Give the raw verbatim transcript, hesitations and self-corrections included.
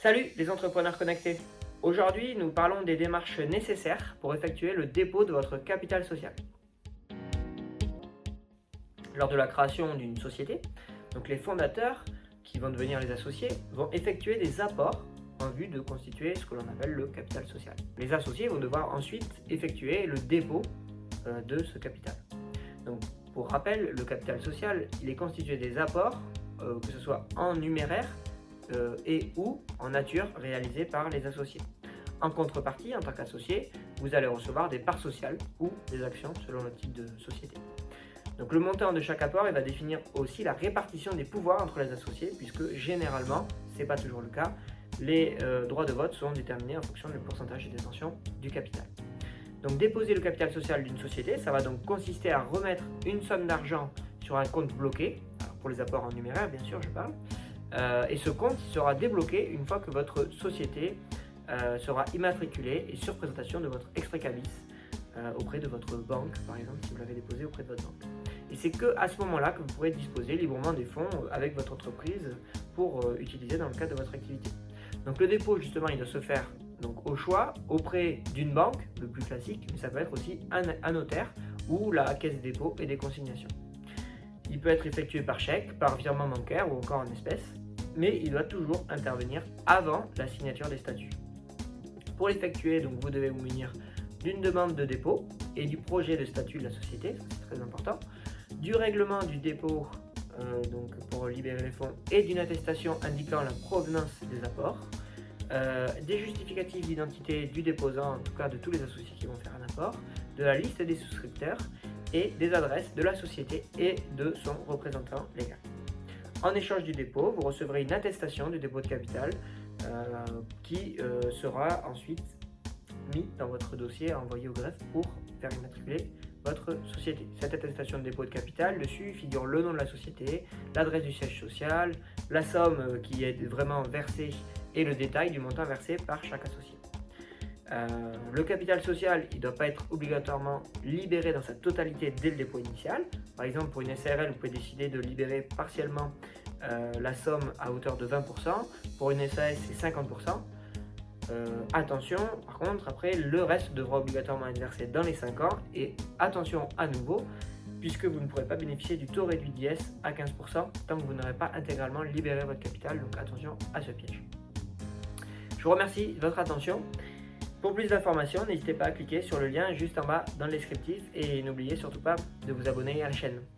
Salut les entrepreneurs connectés. Aujourd'hui, nous parlons des démarches nécessaires pour effectuer le dépôt de votre capital social. Lors de la création d'une société, donc les fondateurs, qui vont devenir les associés, vont effectuer des apports en vue de constituer ce que l'on appelle le capital social. Les associés vont devoir ensuite effectuer le dépôt euh, de ce capital. Donc, pour rappel, le capital social, il est constitué des apports, euh, que ce soit en numéraire, Euh, et ou en nature réalisée par les associés. En contrepartie, en tant qu'associé, vous allez recevoir des parts sociales ou des actions selon le type de société. Donc le montant de chaque apport il va définir aussi la répartition des pouvoirs entre les associés, puisque généralement, ce n'est pas toujours le cas, les euh, droits de vote sont déterminés en fonction du pourcentage de détention du capital. Donc déposer le capital social d'une société, ça va donc consister à remettre une somme d'argent sur un compte bloqué, alors pour les apports en numéraire bien sûr je parle, Euh, et ce compte sera débloqué une fois que votre société euh, sera immatriculée et sur présentation de votre extrait cabis euh, auprès de votre banque, par exemple, si vous l'avez déposé auprès de votre banque. Et c'est qu'à ce moment-là que vous pourrez disposer librement des fonds avec votre entreprise pour euh, utiliser dans le cadre de votre activité. Donc le dépôt, justement, il doit se faire donc, au choix auprès d'une banque, le plus classique, mais ça peut être aussi un, un notaire ou la caisse des dépôts et des consignations. Il peut être effectué par chèque, par virement bancaire ou encore en espèces, mais il doit toujours intervenir avant la signature des statuts. Pour l'effectuer, donc, vous devez vous munir d'une demande de dépôt et du projet de statut de la société, c'est très important, du règlement du dépôt euh, donc pour libérer les fonds et d'une attestation indiquant la provenance des apports, euh, des justificatifs d'identité du déposant, en tout cas de tous les associés qui vont faire un apport, de la liste des souscripteurs et des adresses de la société et de son représentant légal. En échange du dépôt, vous recevrez une attestation du dépôt de capital euh, qui euh, sera ensuite mis dans votre dossier à envoyer au greffe pour faire immatriculer votre société. Cette attestation de dépôt de capital, dessus figure le nom de la société, l'adresse du siège social, la somme qui est vraiment versée et le détail du montant versé par chaque associé. Euh, le capital social, il ne doit pas être obligatoirement libéré dans sa totalité dès le dépôt initial. Par exemple, pour une S A R L, vous pouvez décider de libérer partiellement euh, la somme à hauteur de vingt pour cent. Pour une S A S, c'est cinquante pour cent. Euh, attention, par contre, après, le reste devra obligatoirement être versé dans les cinq ans. Et attention à nouveau, puisque vous ne pourrez pas bénéficier du taux réduit d'I S à quinze pour cent tant que vous n'aurez pas intégralement libéré votre capital. Donc attention à ce piège. Je vous remercie de votre attention. Pour plus d'informations, n'hésitez pas à cliquer sur le lien juste en bas dans le descriptif et n'oubliez surtout pas de vous abonner à la chaîne.